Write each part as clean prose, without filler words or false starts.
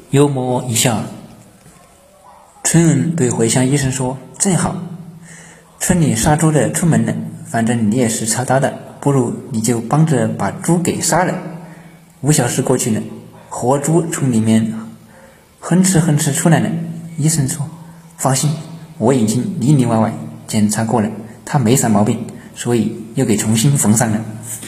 幽默一笑。村人对回乡医生说：“正好，村里杀猪的出门了，反正你也是操刀的，不如你就帮着把猪给杀了。”5小时过去了，活猪从里面哼哧哼哧出来了。医生说：“放心，我已经里里外外检查过了，他没啥毛病，所以又给重新缝上了。”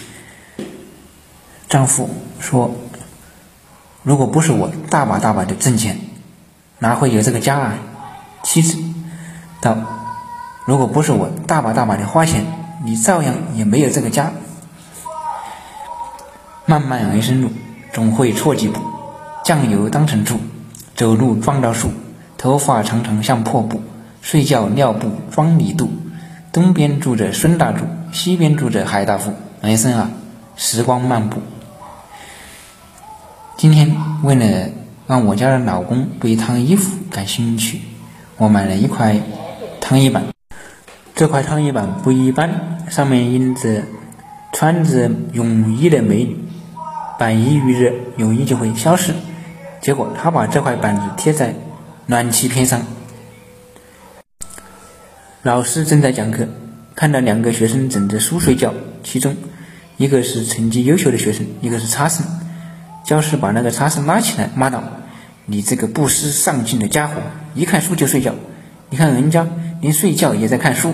丈夫说：“如果不是我大把大把的挣钱，哪会有这个家啊？”妻子道：“如果不是我大把大把的花钱，你照样也没有这个家。”漫漫人生路，总会错几步。酱油当成醋，走路撞到树，头发长长像破布，睡觉尿布装里肚。东边住着孙大柱，西边住着海大富。人生啊，时光漫步。今天为了让我家的老公对烫衣服感兴趣，我买了一块烫衣板。这块烫衣板不一般，上面印着穿着泳衣的美女，板一遇热，泳衣就会消失。结果他把这块板子贴在暖气片上。老师正在讲课，看到2个学生枕着书睡觉，其中一个是成绩优秀的学生，一个是差生。教师把那个差生拉起来，骂道：“你这个不思上进的家伙，一看书就睡觉，你看人家连睡觉也在看书。”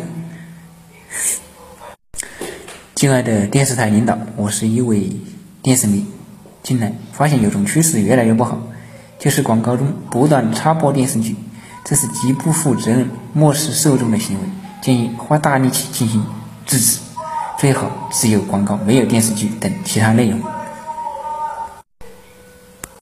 敬爱的电视台领导，我是一位电视迷，近来发现有种趋势越来越不好，就是广告中不断插播电视剧，这是极不负责任、漠视受众的行为，建议花大力气进行制止，最好只有广告没有电视剧等其他内容。